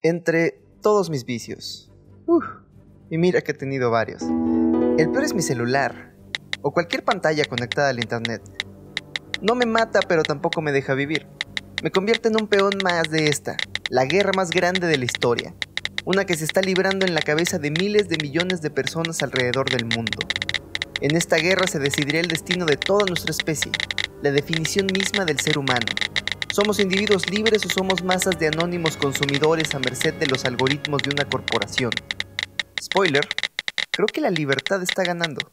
Entre todos mis vicios, y mira que he tenido varios, el peor es mi celular, o cualquier pantalla conectada al internet. No me mata, pero tampoco me deja vivir. Me convierte en un peón más de esta, la guerra más grande de la historia. Una que se está librando en la cabeza de miles de millones de personas alrededor del mundo. En esta guerra se decidirá el destino de toda nuestra especie, la definición misma del ser humano. ¿Somos individuos libres o somos masas de anónimos consumidores a merced de los algoritmos de una corporación? Spoiler, creo que la libertad está ganando.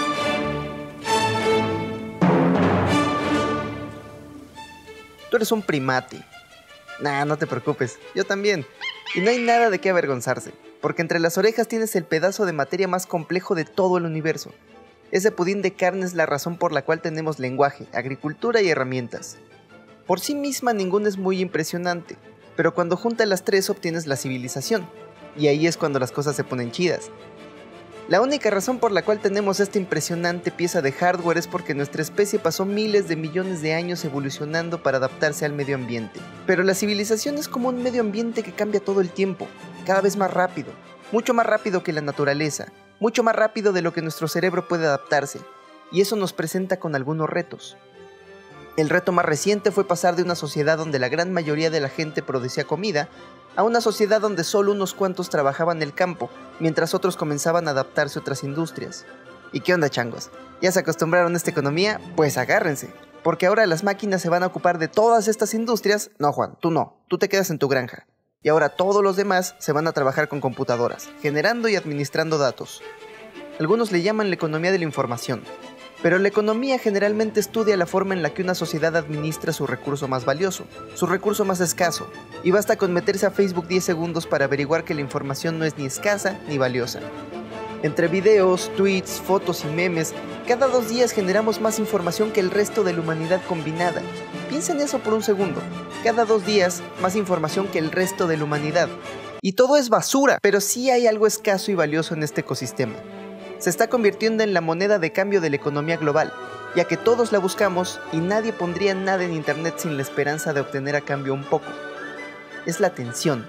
Tú eres un primate. Nah, no te preocupes, yo también. Y no hay nada de qué avergonzarse, porque entre las orejas tienes el pedazo de materia más complejo de todo el universo. Ese pudín de carne es la razón por la cual tenemos lenguaje, agricultura y herramientas. Por sí misma ninguna es muy impresionante, pero cuando juntas las tres obtienes la civilización, y ahí es cuando las cosas se ponen chidas. La única razón por la cual tenemos esta impresionante pieza de hardware es porque nuestra especie pasó miles de millones de años evolucionando para adaptarse al medio ambiente. Pero la civilización es como un medio ambiente que cambia todo el tiempo, cada vez más rápido, mucho más rápido que la naturaleza, mucho más rápido de lo que nuestro cerebro puede adaptarse, y eso nos presenta con algunos retos. El reto más reciente fue pasar de una sociedad donde la gran mayoría de la gente producía comida a una sociedad donde solo unos cuantos trabajaban el campo, mientras otros comenzaban a adaptarse a otras industrias. ¿Y qué onda, changos? ¿Ya se acostumbraron a esta economía? Pues agárrense, porque ahora las máquinas se van a ocupar de todas estas industrias. No, Juan, tú no, tú te quedas en tu granja. Y ahora todos los demás se van a trabajar con computadoras, generando y administrando datos. Algunos le llaman la economía de la información. Pero la economía generalmente estudia la forma en la que una sociedad administra su recurso más valioso, su recurso más escaso, y basta con meterse a Facebook 10 segundos para averiguar que la información no es ni escasa ni valiosa. Entre videos, tweets, fotos y memes, cada 2 días generamos más información que el resto de la humanidad combinada. Piensa en eso por un segundo. Cada 2 días, más información que el resto de la humanidad. Y todo es basura, pero sí hay algo escaso y valioso en este ecosistema. Se está convirtiendo en la moneda de cambio de la economía global, ya que todos la buscamos y nadie pondría nada en internet sin la esperanza de obtener a cambio un poco. Es la atención.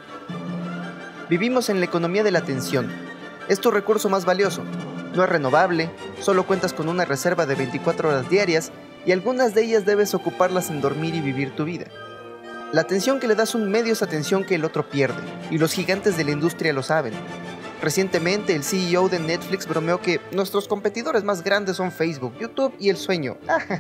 Vivimos en la economía de la atención. Es tu recurso más valioso. No es renovable, solo cuentas con una reserva de 24 horas diarias y algunas de ellas debes ocuparlas en dormir y vivir tu vida. La atención que le das a un medio es atención que el otro pierde, y los gigantes de la industria lo saben. Recientemente el CEO de Netflix bromeó que nuestros competidores más grandes son Facebook, YouTube y el sueño.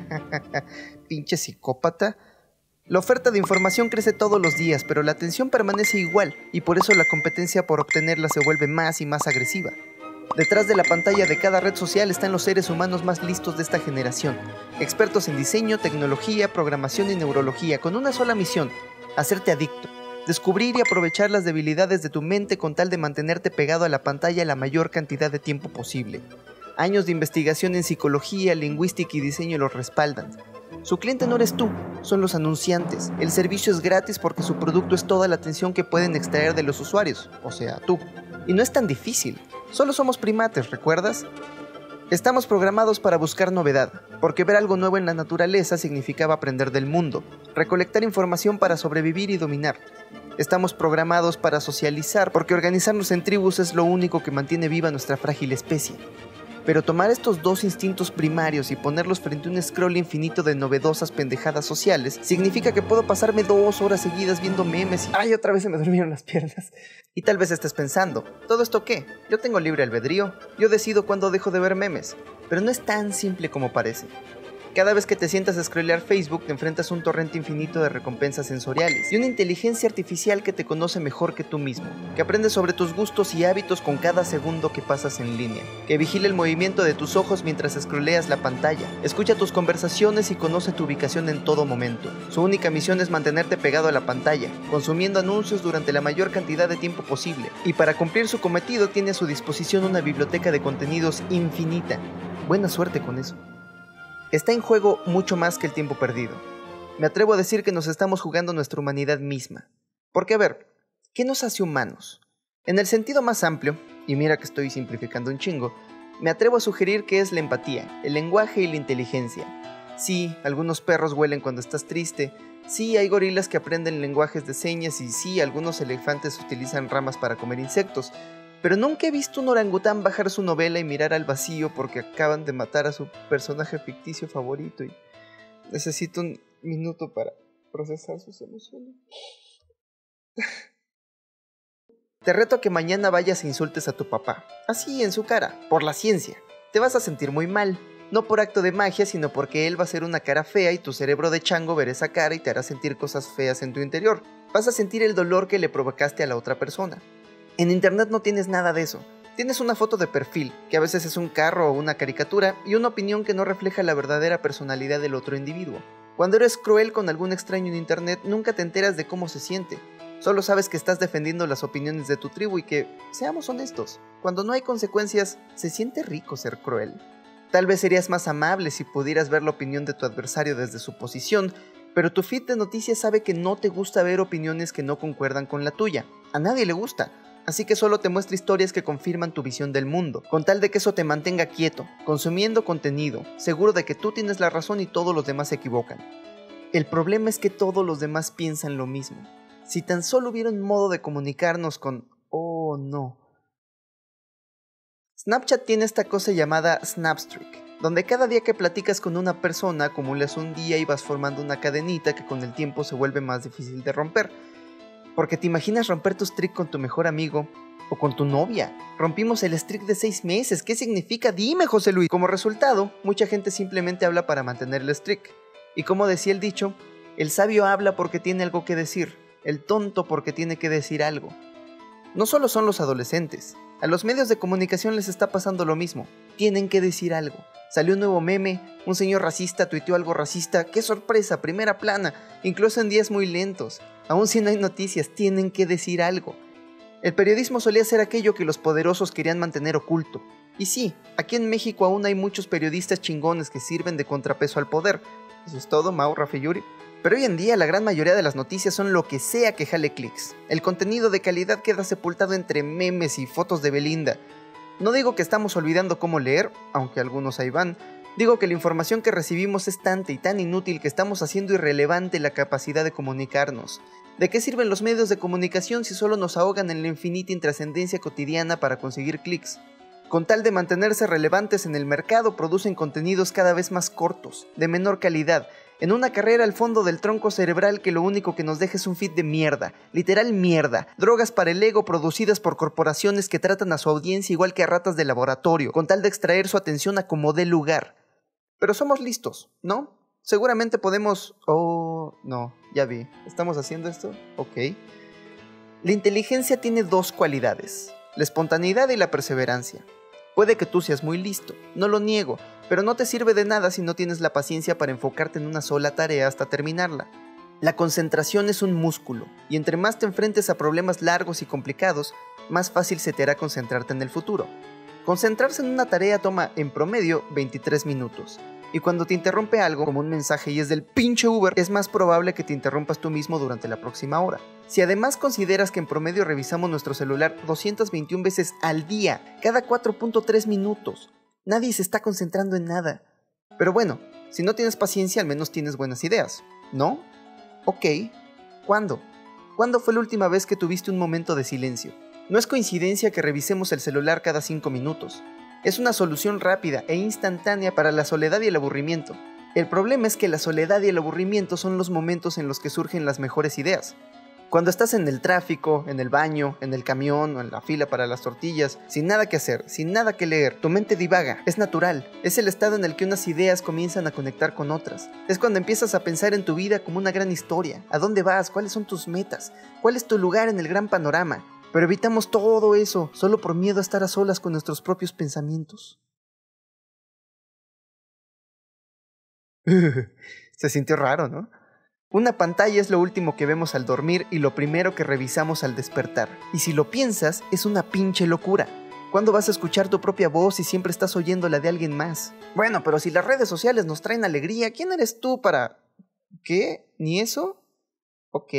Pinche psicópata. La oferta de información crece todos los días, pero la atención permanece igual, y por eso la competencia por obtenerla se vuelve más y más agresiva. Detrás de la pantalla de cada red social están los seres humanos más listos de esta generación, expertos en diseño, tecnología, programación y neurología, con una sola misión: hacerte adicto. Descubrir y aprovechar las debilidades de tu mente con tal de mantenerte pegado a la pantalla la mayor cantidad de tiempo posible. Años de investigación en psicología, lingüística y diseño los respaldan. Su cliente no eres tú, son los anunciantes. El servicio es gratis porque su producto es toda la atención que pueden extraer de los usuarios, o sea, tú. Y no es tan difícil, solo somos primates, ¿recuerdas? Estamos programados para buscar novedad, porque ver algo nuevo en la naturaleza significaba aprender del mundo, recolectar información para sobrevivir y dominar. Estamos programados para socializar, porque organizarnos en tribus es lo único que mantiene viva nuestra frágil especie. Pero tomar estos dos instintos primarios y ponerlos frente a un scroll infinito de novedosas pendejadas sociales significa que puedo pasarme 2 horas seguidas viendo memes y ¡ay, otra vez se me durmieron las piernas! Y tal vez estés pensando, ¿todo esto qué? Yo tengo libre albedrío, yo decido cuándo dejo de ver memes. Pero no es tan simple como parece. Cada vez que te sientas a scrollear Facebook te enfrentas a un torrente infinito de recompensas sensoriales y una inteligencia artificial que te conoce mejor que tú mismo, que aprende sobre tus gustos y hábitos con cada segundo que pasas en línea, que vigila el movimiento de tus ojos mientras scrolleas la pantalla, escucha tus conversaciones y conoce tu ubicación en todo momento. Su única misión es mantenerte pegado a la pantalla, consumiendo anuncios durante la mayor cantidad de tiempo posible, y para cumplir su cometido tiene a su disposición una biblioteca de contenidos infinita. Buena suerte con eso. Está en juego mucho más que el tiempo perdido. Me atrevo a decir que nos estamos jugando nuestra humanidad misma. Porque a ver, ¿qué nos hace humanos? En el sentido más amplio, y mira que estoy simplificando un chingo, me atrevo a sugerir que es la empatía, el lenguaje y la inteligencia. Sí, algunos perros huelen cuando estás triste. Sí, hay gorilas que aprenden lenguajes de señas y sí, algunos elefantes utilizan ramas para comer insectos. Pero nunca he visto un orangután bajar su novela y mirar al vacío porque acaban de matar a su personaje ficticio favorito y necesito un minuto para procesar sus emociones. Te reto a que mañana vayas e insultes a tu papá, así en su cara, por la ciencia. Te vas a sentir muy mal, no por acto de magia, sino porque él va a hacer una cara fea y tu cerebro de chango verá esa cara y te hará sentir cosas feas en tu interior. Vas a sentir el dolor que le provocaste a la otra persona. En internet no tienes nada de eso. Tienes una foto de perfil, que a veces es un carro o una caricatura, y una opinión que no refleja la verdadera personalidad del otro individuo. Cuando eres cruel con algún extraño en internet, nunca te enteras de cómo se siente. Solo sabes que estás defendiendo las opiniones de tu tribu y que, seamos honestos, cuando no hay consecuencias, se siente rico ser cruel. Tal vez serías más amable si pudieras ver la opinión de tu adversario desde su posición, pero tu feed de noticias sabe que no te gusta ver opiniones que no concuerdan con la tuya. A nadie le gusta. Así que solo te muestra historias que confirman tu visión del mundo, con tal de que eso te mantenga quieto, consumiendo contenido, seguro de que tú tienes la razón y todos los demás se equivocan. El problema es que todos los demás piensan lo mismo. Si tan solo hubiera un modo de comunicarnos con... Oh, no. Snapchat tiene esta cosa llamada Snapstreak, donde cada día que platicas con una persona acumulas un día y vas formando una cadenita que con el tiempo se vuelve más difícil de romper. Porque te imaginas romper tu streak con tu mejor amigo o con tu novia. Rompimos el streak de 6 meses. ¿Qué significa? Dime, José Luis. Como resultado, mucha gente simplemente habla para mantener el streak. Y como decía el dicho, el sabio habla porque tiene algo que decir, el tonto porque tiene que decir algo. No solo son los adolescentes. A los medios de comunicación les está pasando lo mismo. Tienen que decir algo. Salió un nuevo meme, un señor racista tuiteó algo racista. ¡Qué sorpresa! Primera plana, incluso en días muy lentos. Aún si no hay noticias, tienen que decir algo. El periodismo solía ser aquello que los poderosos querían mantener oculto. Y sí, aquí en México aún hay muchos periodistas chingones que sirven de contrapeso al poder. Eso es todo, Mau, Rafa y Yuri. Pero hoy en día la gran mayoría de las noticias son lo que sea que jale clics. El contenido de calidad queda sepultado entre memes y fotos de Belinda. No digo que estamos olvidando cómo leer, aunque algunos ahí van. Digo que la información que recibimos es tanta y tan inútil que estamos haciendo irrelevante la capacidad de comunicarnos. ¿De qué sirven los medios de comunicación si solo nos ahogan en la infinita intrascendencia cotidiana para conseguir clics? Con tal de mantenerse relevantes en el mercado, producen contenidos cada vez más cortos, de menor calidad, en una carrera al fondo del tronco cerebral que lo único que nos deja es un feed de mierda, literal mierda, drogas para el ego producidas por corporaciones que tratan a su audiencia igual que a ratas de laboratorio, con tal de extraer su atención a como dé lugar. Pero somos listos, ¿no? Seguramente podemos... Oh, no, ya vi. ¿Estamos haciendo esto? Ok. La inteligencia tiene dos cualidades, la espontaneidad y la perseverancia. Puede que tú seas muy listo, no lo niego, pero no te sirve de nada si no tienes la paciencia para enfocarte en una sola tarea hasta terminarla. La concentración es un músculo, y entre más te enfrentes a problemas largos y complicados, más fácil se te hará concentrarte en el futuro. Concentrarse en una tarea toma, en promedio, 23 minutos. Y cuando te interrumpe algo, como un mensaje y es del pinche Uber, es más probable que te interrumpas tú mismo durante la próxima hora. Si además consideras que en promedio revisamos nuestro celular 221 veces al día, cada 4.3 minutos, nadie se está concentrando en nada. Pero bueno, si no tienes paciencia, al menos tienes buenas ideas, ¿no? Ok, ¿cuándo? ¿Cuándo fue la última vez que tuviste un momento de silencio? No es coincidencia que revisemos el celular cada 5 minutos. Es una solución rápida e instantánea para la soledad y el aburrimiento. El problema es que la soledad y el aburrimiento son los momentos en los que surgen las mejores ideas. Cuando estás en el tráfico, en el baño, en el camión o en la fila para las tortillas, sin nada que hacer, sin nada que leer, tu mente divaga, es natural. Es el estado en el que unas ideas comienzan a conectar con otras. Es cuando empiezas a pensar en tu vida como una gran historia. ¿A dónde vas? ¿Cuáles son tus metas? ¿Cuál es tu lugar en el gran panorama? Pero evitamos todo eso, solo por miedo a estar a solas con nuestros propios pensamientos. Se sintió raro, ¿no? Una pantalla es lo último que vemos al dormir y lo primero que revisamos al despertar. Y si lo piensas, es una pinche locura. ¿Cuándo vas a escuchar tu propia voz si siempre estás oyendo la de alguien más? Bueno, pero si las redes sociales nos traen alegría, ¿quién eres tú para...? ¿Qué? ¿Ni eso? Ok.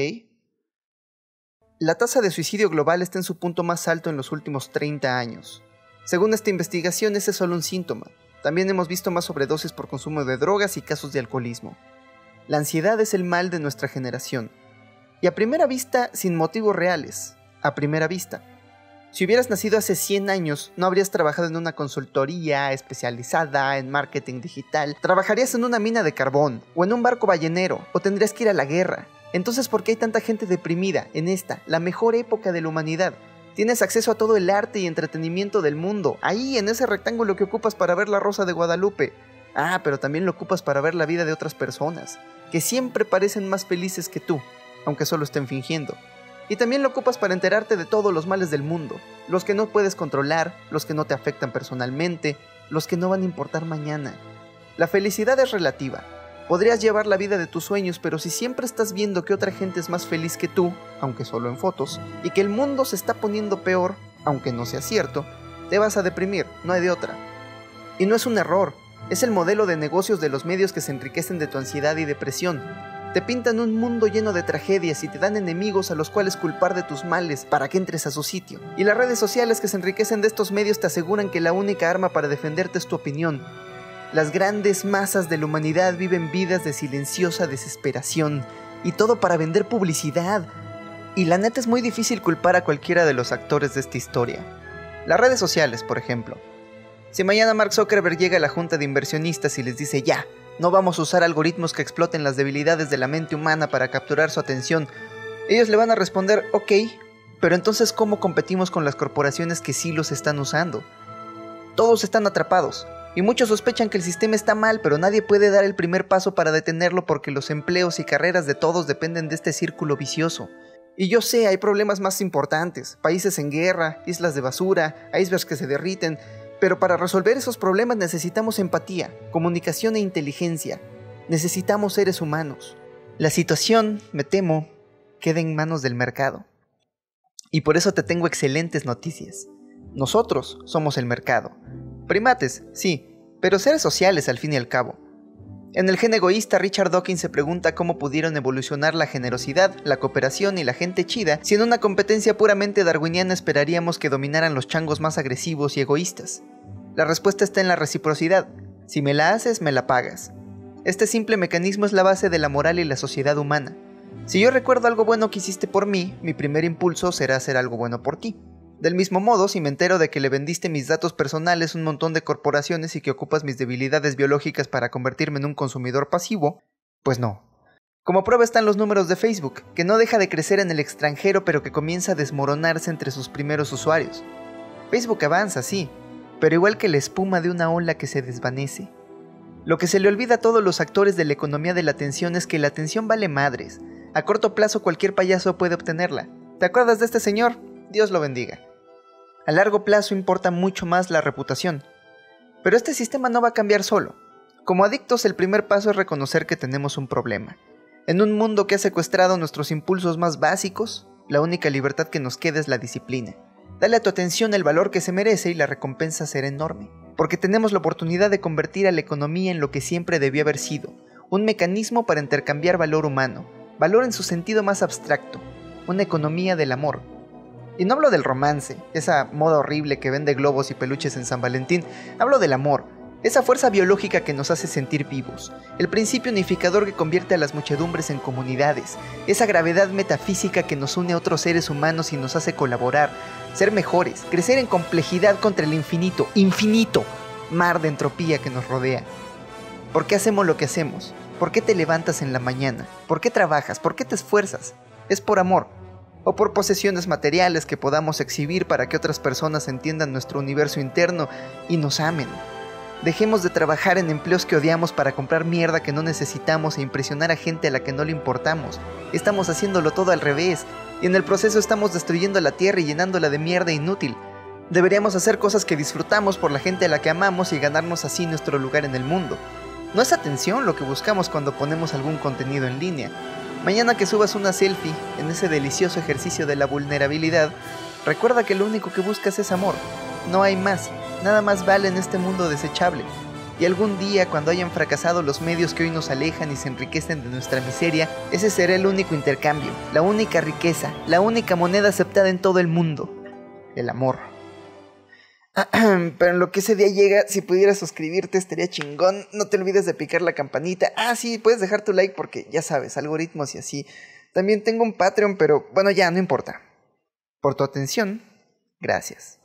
La tasa de suicidio global está en su punto más alto en los últimos 30 años. Según esta investigación, ese es solo un síntoma. También hemos visto más sobredosis por consumo de drogas y casos de alcoholismo. La ansiedad es el mal de nuestra generación. Y a primera vista, sin motivos reales. A primera vista. Si hubieras nacido hace 100 años, no habrías trabajado en una consultoría especializada en marketing digital, trabajarías en una mina de carbón, o en un barco ballenero, o tendrías que ir a la guerra. Entonces, ¿por qué hay tanta gente deprimida en esta, la mejor época de la humanidad? Tienes acceso a todo el arte y entretenimiento del mundo, ahí en ese rectángulo que ocupas para ver la Rosa de Guadalupe. Ah, pero también lo ocupas para ver la vida de otras personas, que siempre parecen más felices que tú, aunque solo estén fingiendo. Y también lo ocupas para enterarte de todos los males del mundo, los que no puedes controlar, los que no te afectan personalmente, los que no van a importar mañana. La felicidad es relativa. Podrías llevar la vida de tus sueños, pero si siempre estás viendo que otra gente es más feliz que tú, aunque solo en fotos, y que el mundo se está poniendo peor, aunque no sea cierto, te vas a deprimir, no hay de otra. Y no es un error, es el modelo de negocios de los medios que se enriquecen de tu ansiedad y depresión. Te pintan un mundo lleno de tragedias y te dan enemigos a los cuales culpar de tus males para que entres a su sitio. Y las redes sociales que se enriquecen de estos medios te aseguran que la única arma para defenderte es tu opinión. Las grandes masas de la humanidad viven vidas de silenciosa desesperación, y todo para vender publicidad. Y la neta es muy difícil culpar a cualquiera de los actores de esta historia. Las redes sociales, por ejemplo. Si mañana Mark Zuckerberg llega a la junta de inversionistas y les dice ya, no vamos a usar algoritmos que exploten las debilidades de la mente humana para capturar su atención, ellos le van a responder, ok, pero entonces ¿cómo competimos con las corporaciones que sí los están usando? Todos están atrapados. Y muchos sospechan que el sistema está mal, pero nadie puede dar el primer paso para detenerlo porque los empleos y carreras de todos dependen de este círculo vicioso. Y yo sé, hay problemas más importantes, países en guerra, islas de basura, icebergs que se derriten, pero para resolver esos problemas necesitamos empatía, comunicación e inteligencia. Necesitamos seres humanos. La situación, me temo, queda en manos del mercado. Y por eso te tengo excelentes noticias. Nosotros somos el mercado. Primates, sí, pero seres sociales al fin y al cabo. En el gen egoísta, Richard Dawkins se pregunta cómo pudieron evolucionar la generosidad, la cooperación y la gente chida si en una competencia puramente darwiniana esperaríamos que dominaran los changos más agresivos y egoístas. La respuesta está en la reciprocidad. Si me la haces, me la pagas. Este simple mecanismo es la base de la moral y la sociedad humana. Si yo recuerdo algo bueno que hiciste por mí, mi primer impulso será hacer algo bueno por ti. Del mismo modo, si me entero de que le vendiste mis datos personales a un montón de corporaciones y que ocupas mis debilidades biológicas para convertirme en un consumidor pasivo, pues no. Como prueba están los números de Facebook, que no deja de crecer en el extranjero pero que comienza a desmoronarse entre sus primeros usuarios. Facebook avanza, sí, pero igual que la espuma de una ola que se desvanece. Lo que se le olvida a todos los actores de la economía de la atención es que la atención vale madres. A corto plazo cualquier payaso puede obtenerla. ¿Te acuerdas de este señor? Dios lo bendiga. A largo plazo importa mucho más la reputación. Pero este sistema no va a cambiar solo. Como adictos, el primer paso es reconocer que tenemos un problema. En un mundo que ha secuestrado nuestros impulsos más básicos, la única libertad que nos queda es la disciplina. Dale a tu atención el valor que se merece y la recompensa será enorme. Porque tenemos la oportunidad de convertir a la economía en lo que siempre debió haber sido, un mecanismo para intercambiar valor humano, valor en su sentido más abstracto, una economía del amor. Y no hablo del romance, esa moda horrible que vende globos y peluches en San Valentín, hablo del amor, esa fuerza biológica que nos hace sentir vivos, el principio unificador que convierte a las muchedumbres en comunidades, esa gravedad metafísica que nos une a otros seres humanos y nos hace colaborar, ser mejores, crecer en complejidad contra el infinito, mar de entropía que nos rodea. ¿Por qué hacemos lo que hacemos? ¿Por qué te levantas en la mañana? ¿Por qué trabajas? ¿Por qué te esfuerzas? Es por amor. O por posesiones materiales que podamos exhibir para que otras personas entiendan nuestro universo interno y nos amen. Dejemos de trabajar en empleos que odiamos para comprar mierda que no necesitamos e impresionar a gente a la que no le importamos. Estamos haciéndolo todo al revés, y en el proceso estamos destruyendo la tierra y llenándola de mierda inútil. Deberíamos hacer cosas que disfrutamos por la gente a la que amamos y ganarnos así nuestro lugar en el mundo. No es atención lo que buscamos cuando ponemos algún contenido en línea. Mañana que subas una selfie en ese delicioso ejercicio de la vulnerabilidad, recuerda que lo único que buscas es amor. No hay más, nada más vale en este mundo desechable. Y algún día, cuando hayan fracasado los medios que hoy nos alejan y se enriquecen de nuestra miseria, ese será el único intercambio, la única riqueza, la única moneda aceptada en todo el mundo: el amor. Pero en lo que ese día llega, si pudieras suscribirte estaría chingón. No te olvides de picar la campanita. Ah, sí, puedes dejar tu like porque ya sabes, algoritmos y así. También tengo un Patreon, pero bueno, ya, no importa. Por tu atención, gracias.